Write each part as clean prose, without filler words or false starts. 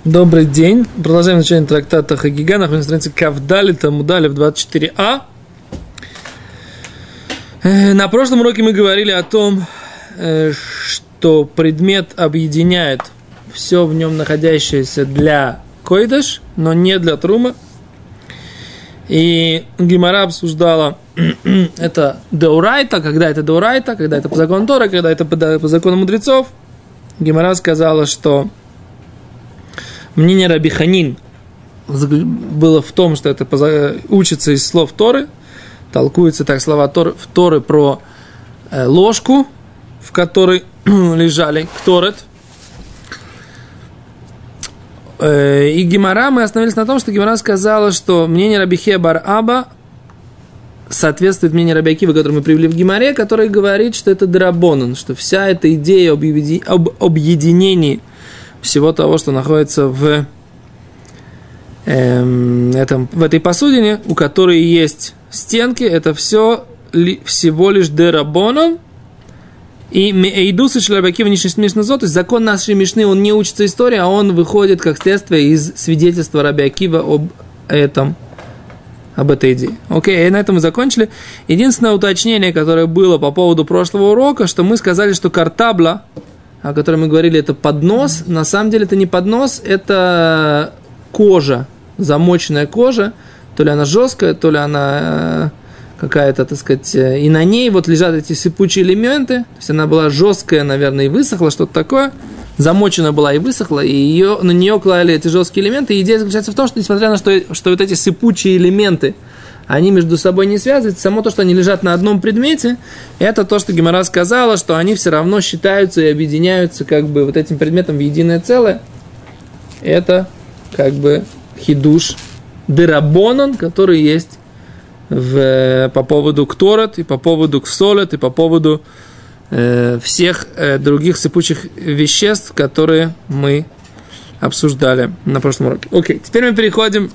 Добрый день. Продолжаем изучение трактата Хагига. Находимся на странице Кавдалит Амудалев 24а. На прошлом уроке мы говорили о том, что предмет объединяет все в нем находящееся для койдеш, но не для трума. И Гемара обсуждала это деорайта, когда это деорайта, когда это по закону Торы, когда это по закону мудрецов. Гемара сказала, что мнение Раби Ханин было в том, что это учится из слов Торы, толкуются так слова Торы про ложку, в которой лежали кторет. И Гемара, мы остановились на том, что Гемара сказала, что мнение Раби Хия бар Аба соответствует мнению Раби Акивы, которое мы привели в Гемаре, который говорит, что это драбонан, что вся эта идея об объединении всего того, что находится в этой посудине, у которой есть стенки, это все всего лишь дерабонан. И меэйдусы шлабакива нишнишназот, то есть закон нашей Мишны, он не учится истории, а он выходит как следствие из свидетельства Раби Акива об этой идее. Окей, и на этом мы закончили. Единственное уточнение, которое было по поводу прошлого урока, что мы сказали, что картабла, о которой мы говорили, это поднос. На самом деле это не поднос, это кожа, замоченная кожа. То ли она жесткая, то ли она какая-то, так сказать, и на ней вот лежат эти сыпучие элементы. То есть она была жесткая, наверное, и высохла, что-то такое. Замочена была и высохла, и на нее клали эти жесткие элементы. И идея заключается в том, что несмотря на то, что вот эти сыпучие элементы, они между собой не связываются, само то, что они лежат на одном предмете, это то, что Гемара сказала, что они все равно считаются и объединяются как бы вот этим предметом в единое целое. Это как бы хидуш дерабонан, который есть по поводу кторет, и по поводу ксолет, и по поводу всех других сыпучих веществ, которые мы обсуждали на прошлом уроке. Окей, теперь мы переходим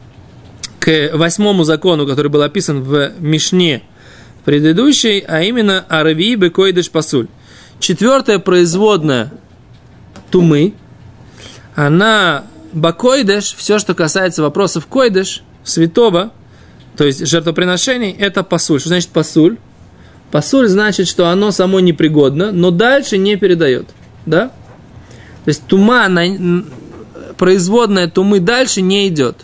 к 8-му закону, который был описан в Мишне предыдущей, а именно арви бекойдеш пасуль. 4-я производная тумы, она бакойдеш, все, что касается вопросов койдеш, святого, то есть жертвоприношений, это пасуль. Что значит пасуль? Пасуль значит, что оно само непригодно, но дальше не передает. Да? То есть тума, производная тумы дальше не идет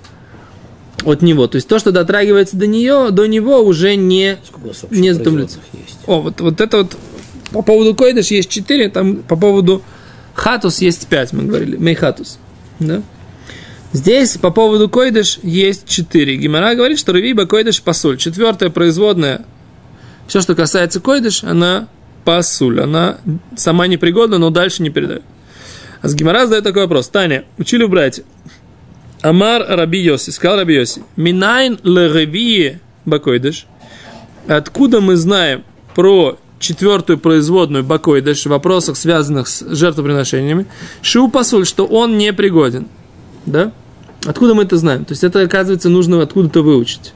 от него. То есть то, что дотрагивается до него уже не затумлится. Вот это вот по поводу койдеш есть 4, там по поводу хатус есть 5, мы говорили, мейхатус. Да? Здесь по поводу койдеш есть 4. Гемара говорит, что реви бакойдеш пасуль. 4-я производная, все, что касается койдеш, она пасуль. Она сама непригодна, но дальше не передает. А с Гемара задает такой вопрос. Таня, учили в братья. Амар Раби Йоси, сказал Раби Йоси, минайн ле реви бакойдеш. Откуда мы знаем про 4-ю производную бакойдеш в вопросах, связанных с жертвоприношениями, шу пасуль, что он непригоден. Да? Откуда мы это знаем? То есть это, оказывается, нужно откуда-то выучить.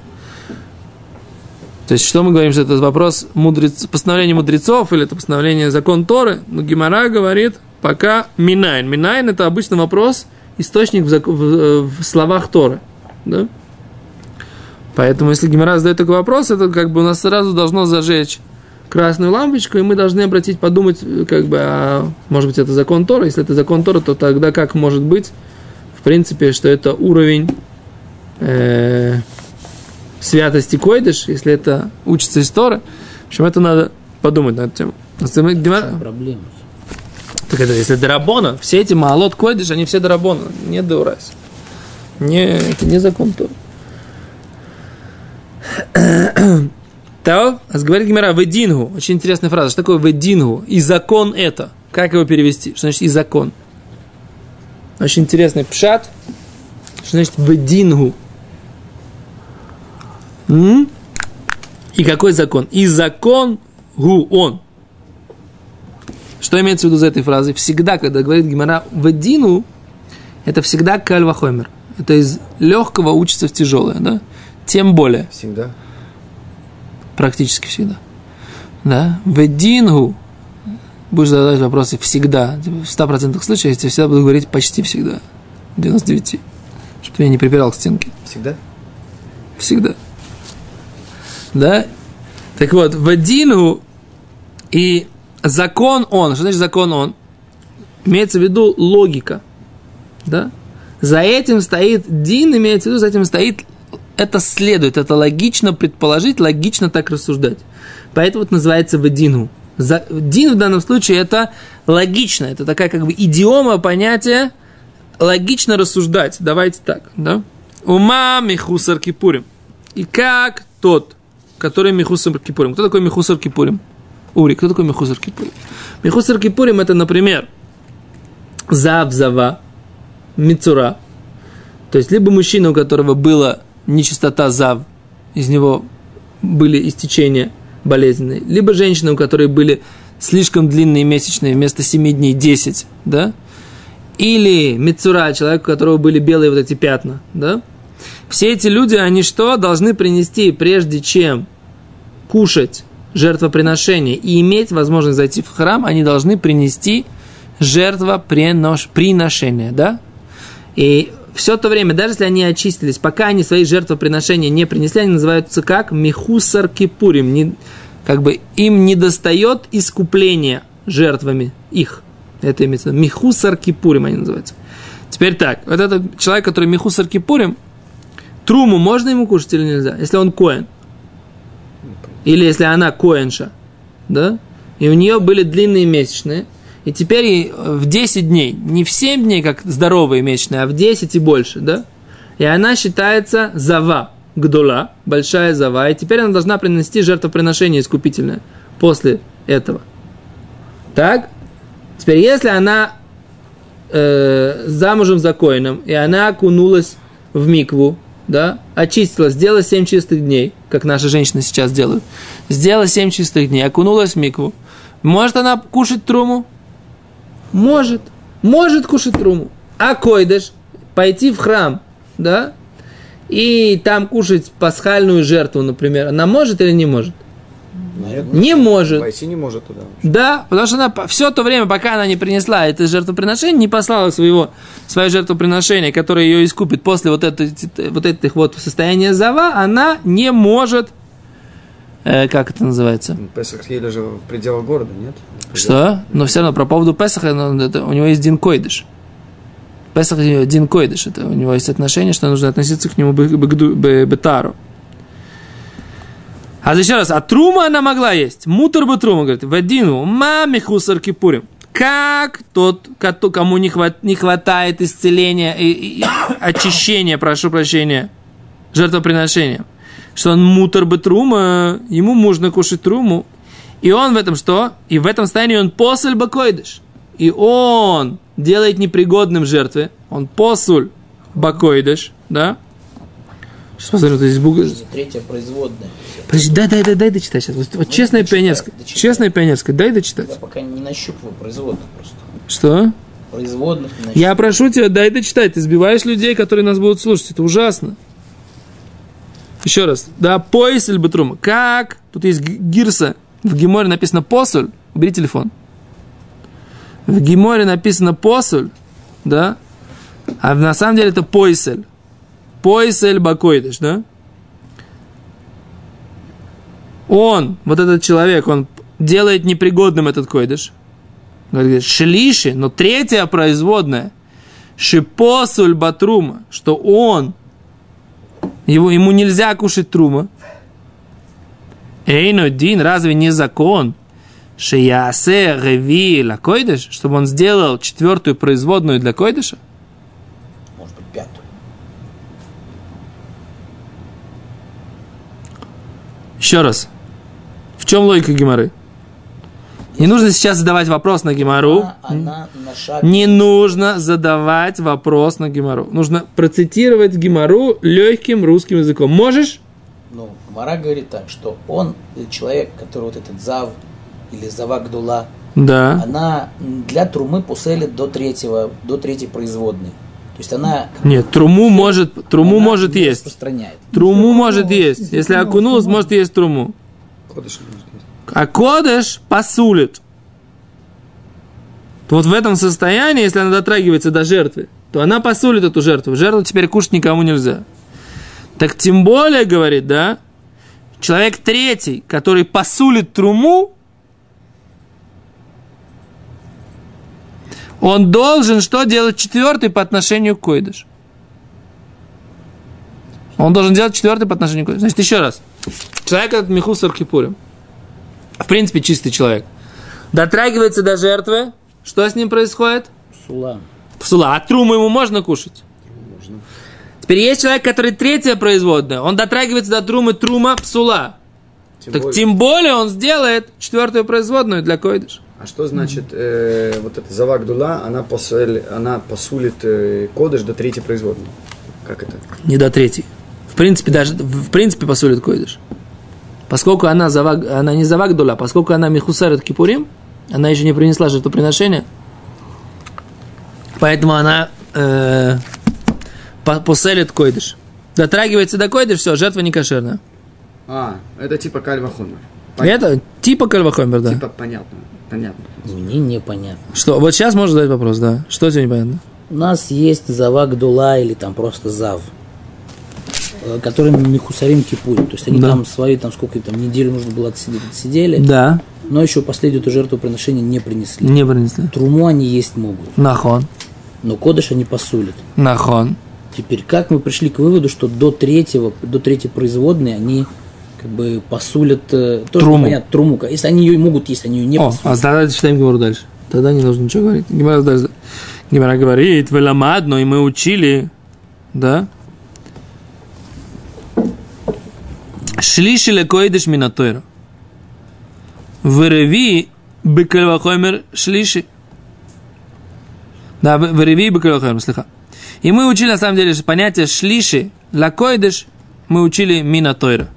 То есть что мы говорим, что это вопрос постановления мудрецов или это постановление закон Торы? Но Гемара говорит пока минайн. Минайн это обычно вопрос, источник в словах Торы. Да? Поэтому если Гемара задает такой вопрос, это как бы у нас сразу должно зажечь красную лампочку, и мы должны подумать, как бы, может быть, это закон Торы. Если это закон Торы, то тогда как может быть, в принципе, что это уровень святости койдеш, если это учится из Торы. В общем, это надо подумать на эту тему. Проблема. Так это, если дерабона, все эти маалот койдеш, они все дерабона, не деорайс. Это не закон Торы. То, говорит Гемара, ведингу, очень интересная фраза, что такое ведингу, и закон это, как его перевести, что значит и закон? Очень интересный пшат, что значит ведингу. И какой закон? И закон гу он. Что имеется в виду за этой фразой? Всегда, когда говорит Гемара ведингу, это всегда каль вахомер. Это из легкого учится в тяжелое, да? Тем более. Всегда. Практически всегда. Да? Ведингу будешь задавать вопросы всегда, в 100% случаев, я тебе всегда буду говорить почти всегда, 99, чтобы я не припирал к стенке. Всегда? Всегда. Да? Так вот, вадину и закон он. Что значит закон он? Имеется в виду логика. Да? За этим стоит дин, имеется в виду, за этим стоит, это следует, это логично предположить, логично так рассуждать. Поэтому это называется вадину. Дин в данном случае это логично, это такая как бы идиома понятия логично рассуждать. Давайте так, да? Ума михусар кипурим. И как тот, который михусар кипурим. Кто такой михусар кипурим? Ури, кто такой михусар кипурим? Михусар кипурим это, например, зав, зава, мицура. То есть, либо мужчина, у которого была нечистота зав, из него были истечения болезненные, либо женщина, у которой были слишком длинные месячные, вместо 7 дней 10, да? Или мицура, человек, у которого были белые вот эти пятна, да? Все эти люди, они что? Должны принести, прежде чем кушать жертвоприношение и иметь возможность зайти в храм, они должны принести жертвоприношение, да? И все то время, даже если они очистились, пока они свои жертвоприношения не принесли, они называются как? Михусар кипурим. Как бы им не достает искупления жертвами их. Это имеется в виду. Михусар кипурим они называются. Теперь так. Вот этот человек, который михусар кипурим, труму можно ему кушать или нельзя? Если он коэн. Или если она коэнша. Да? И у нее были длинные месячные. И теперь в 10 дней, не в 7 дней, как здоровые месячные, а в 10 и больше, да? И она считается зава, гдула, большая зава. И теперь она должна принести жертвоприношение искупительное после этого. Так? Теперь, если она замужем за коэном, и она окунулась в микву, да, очистилась, сделала 7 чистых дней, как наши женщины сейчас делают, сделала 7 чистых дней, окунулась в микву, может она кушать труму? Может кушать труму. А койдыш, пойти в храм, да, и там кушать пасхальную жертву, например, она может или не может? Наверное, не может. Пойти не может туда. Да, потому что она все то время, пока она не принесла это жертвоприношение, не послала свое жертвоприношение, которое ее искупит после вот этих вот состояния зава, она не может, как это называется? Песах еле же в пределах города, нет? Что? Но все равно по поводу Песаха, у него есть дин койдыш. Песах дин койдыш, это у него есть отношение, что нужно относиться к нему бетару. А еще раз, а трума она могла есть. Мутар бы трума, говорит, вадину, мами хусар кипурим. Как тот, кому не хватает исцеления и очищения, прошу прощения, жертвоприношения, что он мутар бы трума, ему можно кушать труму. И он в этом что? И в этом состоянии он посуль бакойдыш. И он делает непригодным жертвы. Он посуль бакойдыш, да? Сейчас посмотрим, здесь третья производная. Подожди, дай дочитать сейчас. Вот честная пионерская. Честная пионерская, дай дочитать. Я пока не нащупываю производных просто. Что? Производных не нащупываю. Я прошу тебя, дай дочитать. Ты сбиваешь людей, которые нас будут слушать. Это ужасно. Еще раз. Да, поисель бетрума. Как? Тут есть гирса. В Геморе написано посуль. Убери телефон. В Геморе написано посуль. Да? А на самом деле это поисель. Поисель бакойдыш, да? Он, вот этот человек, он делает непригодным этот койдыш. Говорит, шлиши, но третья производная. Шипосуль батрума, что он, ему нельзя кушать трума. Эйно дин, разве не закон? Шиясе реви ла койдыш, чтобы он сделал четвертую производную для койдыша? Может быть, пятую. Еще раз. В чем логика Гемары? Не нужно сейчас задавать вопрос на Гемару. Не нужно задавать вопрос на Гемару. Нужно процитировать Гемару легким русским языком. Можешь? Ну, Гемара говорит так, что он, человек, который вот этот зав или зава гдула, да. Она для трумы пуселит до третьей производной. То есть она... Нет, труму может есть. Распространяет. Труму может есть. Если окунулась, может есть труму. Кодыш может есть. А кодыш посулит. то вот в этом состоянии, если она дотрагивается до жертвы, то она посулит эту жертву. Жертву теперь кушать никому нельзя. Так тем более, говорит, да, человек третий, который посулит труму, он должен что делать четвертый по отношению к койдыш? Он должен делать четвертый по отношению к койдыш. Значит, еще раз. Человек этот михусар кипурим. В принципе, чистый человек. Дотрагивается до жертвы. Что с ним происходит? Псула. Псула. А труму ему можно кушать? Можно. Теперь есть человек, который третья производная. Он дотрагивается до трумы, трума, псула. Тем более он сделает четвертую производную для койдыш. А что значит вот эта завагдула, она посулит кодыш до третьей производной? Как это? Не до третьей. В принципе посулит койдыш. Поскольку она не завагдула, поскольку она михусарет кипурим, она еще не принесла жертвоприношение, поэтому она поселит койдыш. Дотрагивается до койдыш, все, жертва не кошерная. Это типа кальвахомер. Это типа кальвахомер, да. Типа понятно. Мне непонятно. Что? Вот сейчас можно задать вопрос, да. Что тебе непонятно? У нас есть завагдула или там просто зав, который михусарим кипурим. То есть они там свои, там сколько там, неделю нужно было отсидели. Да. Но еще последнюю эту жертвоприношение не принесли. Не принесли. Труму они есть могут. Нахон. Но кодыш они посулят. Нахон. Теперь, как мы пришли к выводу, что до третьей производной они как бы посулят тоже труму. Понятно, труму. Если они ее могут есть, они ее не посулят. А тогда читаем Гемару дальше. Тогда не нужно ничего говорить. Гемара говорит, веламадно, и мы учили, да? Шлиши лекоидыш минатойра. Вереви бекальвахомер шлиши. Да, вереви бекальвахомер, слыха. И мы учили, на самом деле, понятие шлиши лекоидыш, мы учили минатойра.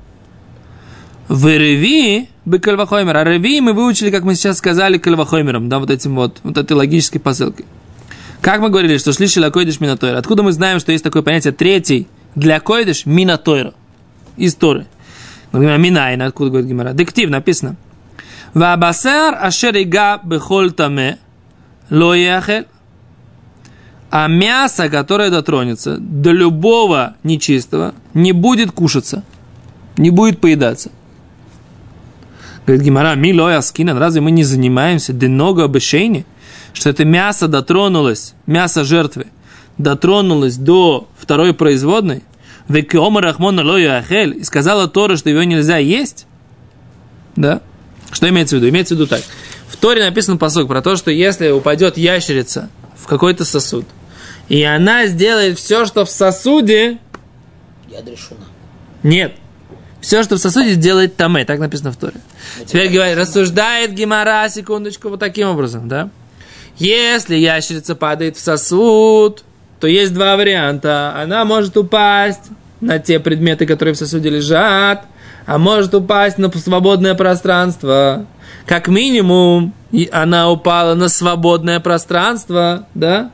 Вереви бекальвахомер. А реви мы выучили, как мы сейчас сказали, кальвахомером, да, вот этой логической посылкой. Как мы говорили, что шлиши лекоидыш минатойра. Откуда мы знаем, что есть такое понятие третий для койдыш минатойра? Из Торы. Минайна, откуда говорит Гемара? Дектив написано. Вабасар ашерига бехоль таме ло яхель. А мясо, которое дотронется до любого нечистого, не будет кушаться, не будет поедаться. Говорит Гемара, ми ло яскинан, разве мы не занимаемся денного обещания, что это мясо дотронулось, мясо жертвы, дотронулось до второй производной, и сказала Тора, что его нельзя есть? Да? Что имеется в виду? Имеется в виду так. В Торе написан пасук про то, что если упадет ящерица в какой-то сосуд, и она сделает все, что в сосуде... Яд решуна. Нет. Все, что в сосуде, сделает таме. Так написано в Торе. Теперь говорит, рассуждает Гемара, секундочку, вот таким образом, да? Если ящерица падает в сосуд, то есть два варианта. Она может упасть на те предметы, которые в сосуде лежат, а может упасть на свободное пространство. Как минимум, она упала на свободное пространство, да?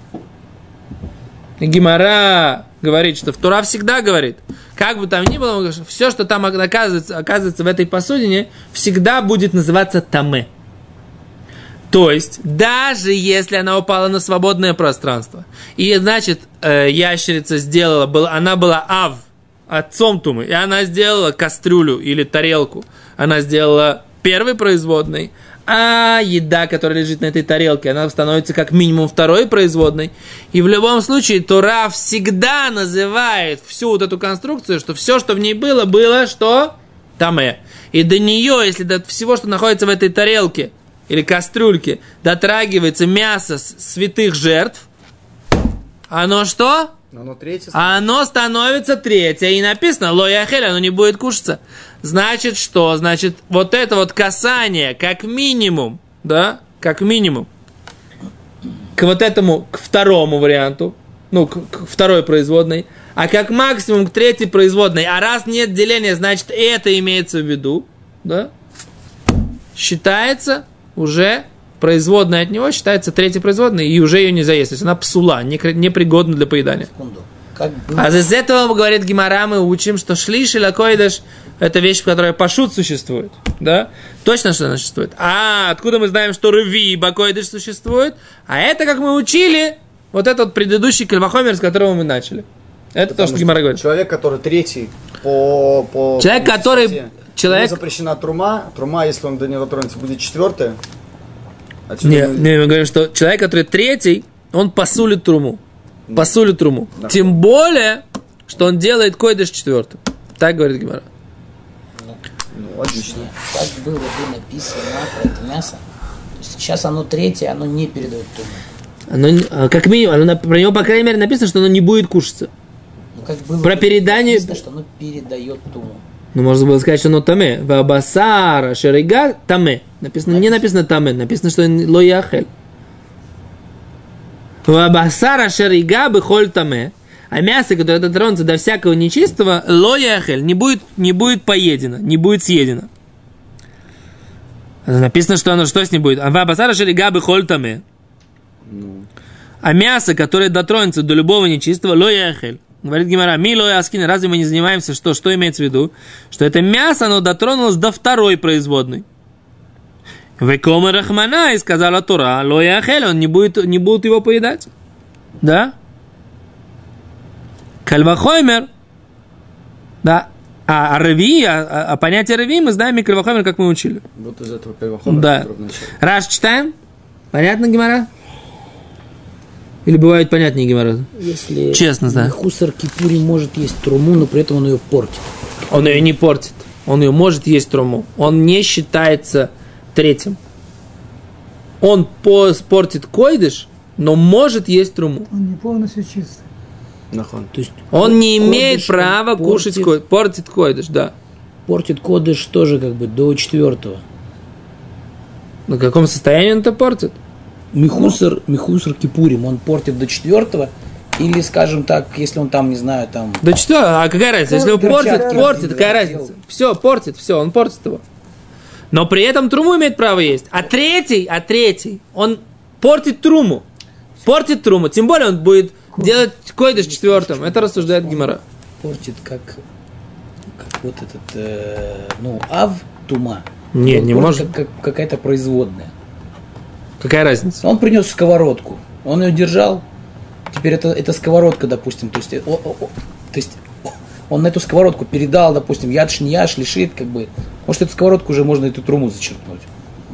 Гемара говорит, что Тора всегда говорит, как бы там ни было, все, что там оказывается в этой посудине, всегда будет называться таме. То есть, даже если она упала на свободное пространство, и, значит, ящерица сделала, она была ав, отцом тумы, и она сделала кастрюлю или тарелку, она сделала первой производной, а еда, которая лежит на этой тарелке, она становится как минимум второй производной. И в любом случае, Тора всегда называет всю вот эту конструкцию, что все, что в ней было что? Таме. И до нее, если до всего, что находится в этой тарелке, или кастрюльке, дотрагивается мясо святых жертв, оно что? Оно становится третье. И написано, ло яхель, оно не будет кушаться. Значит, что? Значит, вот это вот касание, как минимум, да, как минимум, к вот этому, к второму варианту, ну, к второй производной, а как максимум к третьей производной. А раз нет деления, значит, это имеется в виду, да, считается уже производная от него, считается третьей производной, и уже ее нельзя есть. То есть она псула, непригодна для поедания. Секунду. как было. А из этого, говорит Гемара, мы учим, что шлиш или койдеш – это вещь, которая пашут существует. Да? Точно, что она существует. А откуда мы знаем, что рви и бакойдеш существует? А это, как мы учили, вот этот предыдущий кальвахомер, с которого мы начали. Это то, что Гемара говорит. Человек, который третий по человек, который... Ему запрещена трума, если он до него дотронется, будет четвертая. Не, мы говорим, что человек, который третий, он посулит труму. Посулит труму. Да. Тем более, что он делает койдеш четвертым. Так говорит Гемара. Ну, отлично. Так было бы написано про это мясо. То есть сейчас оно третье, оно не передает труму. Оно, как минимум, про него, по крайней мере, написано, что оно не будет кушаться. Ну, как было про передание... написано, что оно передает труму. Ну, можно было сказать, что оно таме. Вабасара шерига таме. Написано, не написано таме, написано, что ло яхель. Вабасара шерига бихоль таме. А мясо, которое дотронется до всякого нечистого, ло яхель, не будет поедено, не будет съедено. Написано, что оно что с ним будет? Вабасара шерига бихоль таме. А мясо, которое дотронется до любого нечистого, ло яхель. Говорит Гемара, мило аскин, разве мы не занимаемся, что имеется в виду? Что это мясо, оно дотронулось до второй производной. Векома рахмана, и сказала Тора, ло яхель, он не будут его поедать. Да? Кальвахоймер. Да. А реви, понятие реви мы знаем и кальвахоймер, как мы учили. Вот из этого кальвахоймера. Да. Раз читаем? Понятно, Гемара? Или бывает понятнее Гемара? Если честно, да. Хусар Кипури может есть труму, но при этом он ее портит. Он ее не портит. Он ее может есть труму. Он не считается третьим. Он портит койдыш, но может есть труму. Он не полностью чистый. То есть он не имеет права кушать койдыш. Портит койдыш, да. Портит койдыш тоже как бы до четвертого. На каком состоянии он это портит? Михусар Кипурим, он портит до четвертого, или, скажем так, если он там, не знаю, там... Да что, а какая разница? Если он портит, какая разница? Все, портит, он портит его. Но при этом труму имеет право есть. А третий, он портит труму. Тем более он будет делать койдыш четвертым. Это рассуждает Гемара. Портит как вот этот, ав тума. Не может. Как какая-то производная. Какая разница? Он принес сковородку, он ее держал, теперь это сковородка, допустим, то есть он на эту сковородку передал, допустим, яд шнияш, лишит, как бы, может, эту сковородку уже можно эту труму зачерпнуть.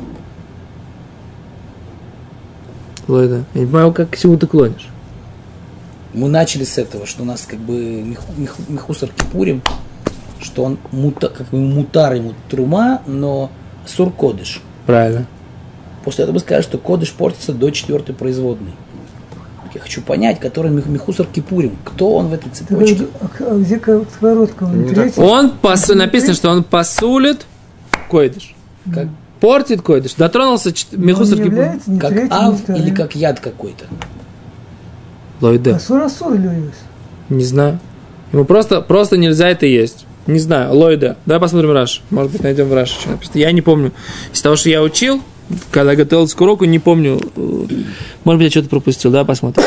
Лойда, я не понимаю, как к чему ты клонишь. Мы начали с этого, что у нас как бы Михусар Кипурим, что он как бы мутар ему трума, но сур кодыш. Правильно. После этого мы скажем, что кодыш портится до четвертой производной. Я хочу понять, который Михусар Кипурим. Кто он в этой цепочке? А где сковородка? Написано, что он посулит койдыш. Как? Портит койдыш. Дотронулся Михусар Кипурим. Как ав или как яд какой-то? Лойда. Асур Не знаю. Ему просто нельзя это есть. Не знаю. Лойда. Давай посмотрим Раш. Может быть, найдем в Раш. Я не помню. Из того, что я учил, когда готовился к уроку, не помню. Может быть, я что-то пропустил. Да, посмотрим.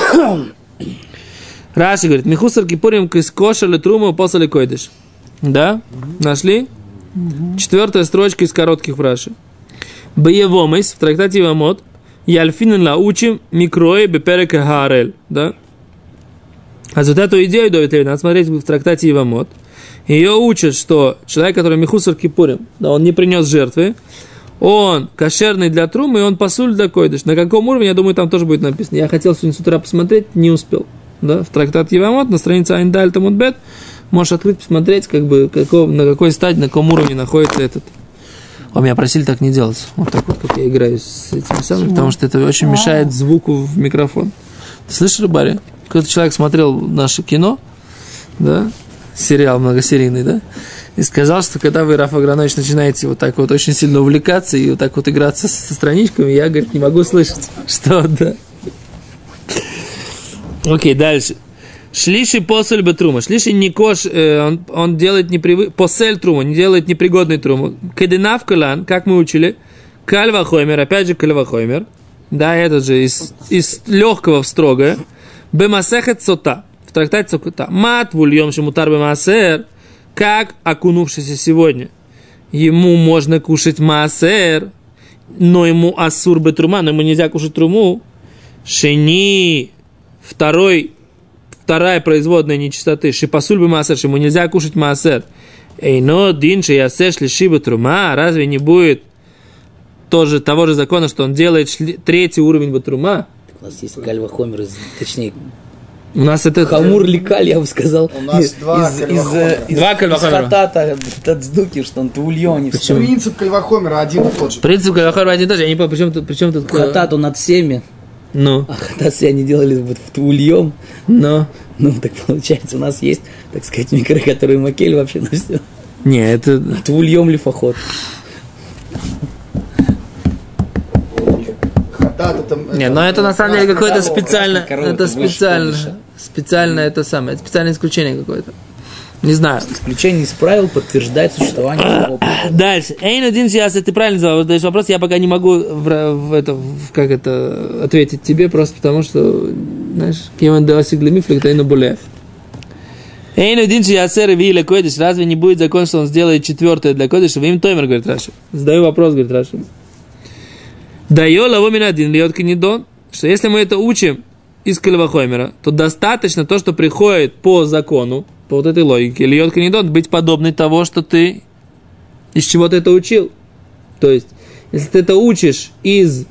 Раши говорит, Михусар Кипурим кошер труму после койдыш. Да? Нашли? 4-я строчка из коротких в Раши. Боевомыс в трактате Ивамот Яльфинен лаучим микрое беперека хаарель. Да? А вот эту идею, надо смотреть в трактате Ивамот. Ее учат, что человек, который Михусар Кипурим, да, он не принес жертвы, он кошерный для трумы, и он пасуль для койдыш. На каком уровне, я думаю, там тоже будет написано. Я хотел сегодня с утра посмотреть, не успел. Да? В трактат Евамот, на странице Айндаль Тамудбет, можешь открыть, посмотреть, как бы, на какой стадии, на каком уровне находится этот. А меня просили так не делать. Вот так вот, как я играю с этим самым, потому что это очень мешает звуку в микрофон. Ты слышишь, Барри? Какой-то человек смотрел наше кино, да, сериал многосерийный, да, и сказал, что когда вы, Раф Агранович, начинаете вот так вот очень сильно увлекаться и вот так вот играться со страничками, я, говорит, не могу слышать, что, да. Окей, дальше. Шлиши посель бетрума. Шлиши не кош, он делает посель трума, не делает непригодный труму. Кеденав калан, как мы учили, кальвахоймер, опять же кальвахоймер, да, этот же из легкого в строгое. Бемасехет сота. в трактате Цукута. Мат вульем шемутар бемаасер, как окунувшийся сегодня, ему можно кушать маасер, но ему ассур бетрума, но ему нельзя кушать труму. Шени, вторая производная нечистоты, шипасуль бемаасер, ему нельзя кушать маасер. Эйно динши ясеш лиши бетрума, разве не будет тоже того же закона, что он делает третий уровень бетрума? У нас есть кальвахомер, точнее, у нас это хамур ликаль, я бы сказал. У нас два кальвахомера. Из хатата, тацдуки, что он тульон. Принцип кальвахомера один и тот же. Принцип кальвахомера один и тот же. Я не понимаю, при чем тут... Хатат он над всеми. Ну. А хатат все они делали вот в тульем. Ну. Ну, так получается, у нас есть, так сказать, микры, которые макель вообще на все. Не, это... Тульем лифоход. Не, но это на самом деле какое-то специальное, это специальное это самое, это специальное исключение какое-то. Не знаю. Исключение из правил подтверждает существование такого правила. Дальше. Эйн один сейчас, ты правильно задаешь вопрос, я пока не могу как это ответить тебе, просто потому что, знаешь, кем дасигли мифлик, тайно более. Эйн один сейчас виля койдиш, разве не будет закон, что он сделает четвертое для койдиша? Вы им тоймер, говорит Раши. Задаю вопрос, говорит Раши. Дайо лавомин один льет кинидон, что если мы это учим из кальвахомера, то достаточно то, что приходит по закону, по вот этой логике, льет кинидон, быть подобной того, что ты, из чего ты это учил. То есть, если ты это учишь из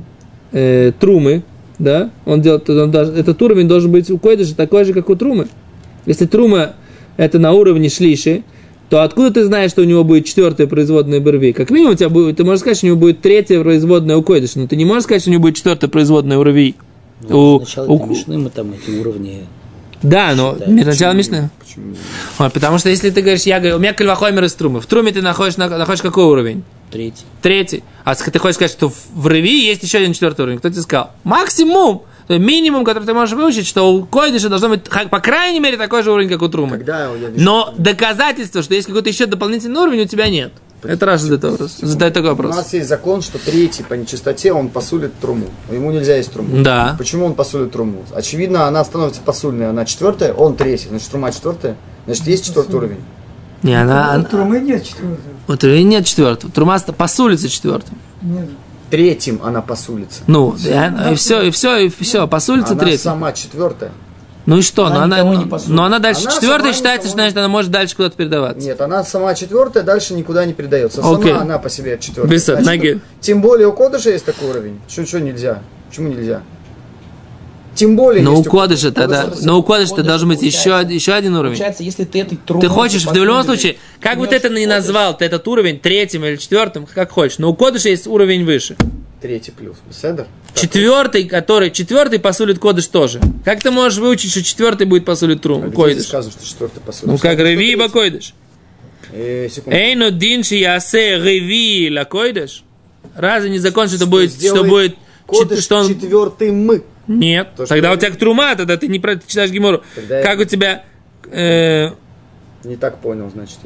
трумы, да, этот уровень должен быть у койдыша такой же, как у трумы. Если трума это на уровне шлиши, то откуда ты знаешь, что у него будет четвертая производная берви? Как минимум, ты можешь сказать, что у него будет третья производная у койдыша, но ты не можешь сказать, что у него будет четвертая производная у рви. Сначала Мишны мы там эти уровни... Да, но сначала Мишны. Потому что если ты говоришь, я говорю, у меня кальвахомер из трумы. В труме ты находишь какой уровень? Третий. А ты хочешь сказать, что в рви есть еще один четвертый уровень. Кто тебе сказал? Максимум! То есть минимум, который ты можешь выучить, что у койдыша должно быть, по крайней мере, такой же уровень, как у трумы. Но доказательство, что есть какой-то еще дополнительный уровень, у тебя нет. Это Раша задает такой вопрос. У нас есть закон, что третий по нечистоте он посулит труму. Ему нельзя есть труму. Да. Почему он посулит труму? Очевидно, она становится посульной, она четвертая, он третий, значит трума четвертая, значит есть четвертый уровень. Не, У трумы нет четвертого. У трумы нет четвертого. Трума посулится четвертым. Нет. Третьим она посулится. Ну, и все, посулится третьим. Она сама четвертая. Ну и что? Но она дальше Она четвертая считается, что значит, она может дальше куда-то передаваться. Нет, она сама четвертая, дальше никуда не передается. Окей. Сама она по себе четвертая. Тем более у кодыша есть такой уровень. Что нельзя? Почему нельзя? Тем более. Но у кодыша тогда, должен быть еще один уровень. Получается, если ты этой трумой... Ты хочешь, в любом случае, как бы ты это ни назвал, ты этот уровень третьим или четвертым, как хочешь, но у кодыша есть уровень выше. Третий плюс. Седер? Четвертый посулит кодыш тоже. Как ты можешь выучить, что четвертый будет посулит трум? Койдыш. Скажут, что четвертый посулит. Ну как реви ба койдыш. Эйно динши ясе реви ла койдыш. Разве не закон, что это будет, кодыш четвертым? Нет. Тогда у тебя трума, тогда ты не читаешь гемору. Как у тебя... Не так понял, значит,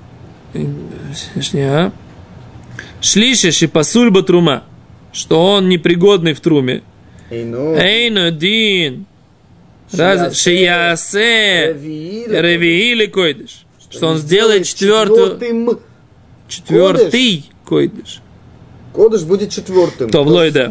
я. Шлиша шипасуль ба трума. Что он непригодный в труме. Эйно дин. Шиясе ревиили койдыш. Что он сделает четвертый койдыш. Кодыш будет четвертым. То влойда.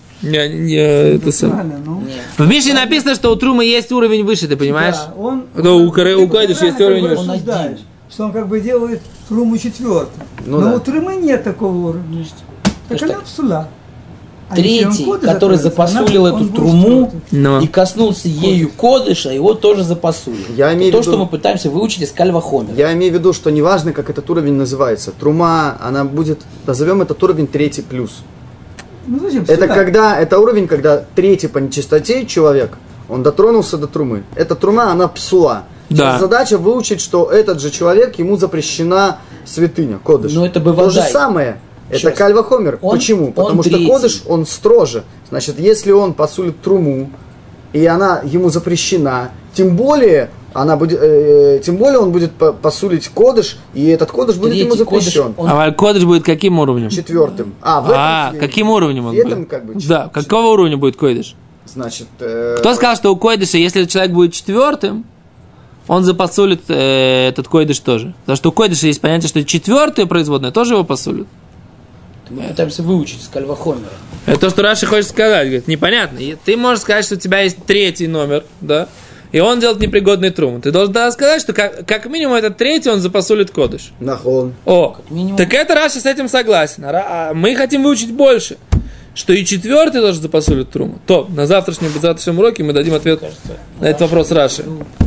В Мишне написано, что у трумы есть уровень выше, ты понимаешь? Да, у койдыша есть уровень выше. Что он как бы делает труму четвертым. Но у трумы нет такого уровня. Так она псула. Третий, который запасулил эту труму и коснулся ею кодыша, его тоже запасулил. Что мы пытаемся выучить из кальвахомера. Я имею в виду, что неважно, как этот уровень называется. Трума, она будет, назовем этот уровень третий плюс. Это уровень, когда третий по нечистоте человек, он дотронулся до трумы. Эта трума, она псула. Да. Задача выучить, что этот же человек, ему запрещена святыня, кодыш. Но это бывает. То же самое. Это кальвахомер. Почему? Потому что кодыш, он строже. Значит, если он посулит труму, и она ему запрещена, тем более он будет посулить кодыш, и этот кодыш будет ему запрещен. А кодыш будет каким уровнем? Четвертым. Каким уровнем он будет? Да, какого уровня будет кодыш? Значит... Кто сказал, что у койдыша, если человек будет четвертым, он запасулит этот койдыш тоже? Потому что у койдыша есть понятие, что четвертое производное тоже его посулит. Мы пытаемся выучить с кальвахомера. Это то, что Раши хочет сказать. Говорит, непонятно. Ты можешь сказать, что у тебя есть третий номер, да? И он делает непригодный трум. Ты должен сказать, что как минимум этот третий он запасулит кодыш. Нахон. О, так это Раши с этим согласен. А мы хотим выучить больше. Что и четвертый должен запасулить труму. То, на завтрашнем уроке мы дадим ответ на этот вопрос Раши.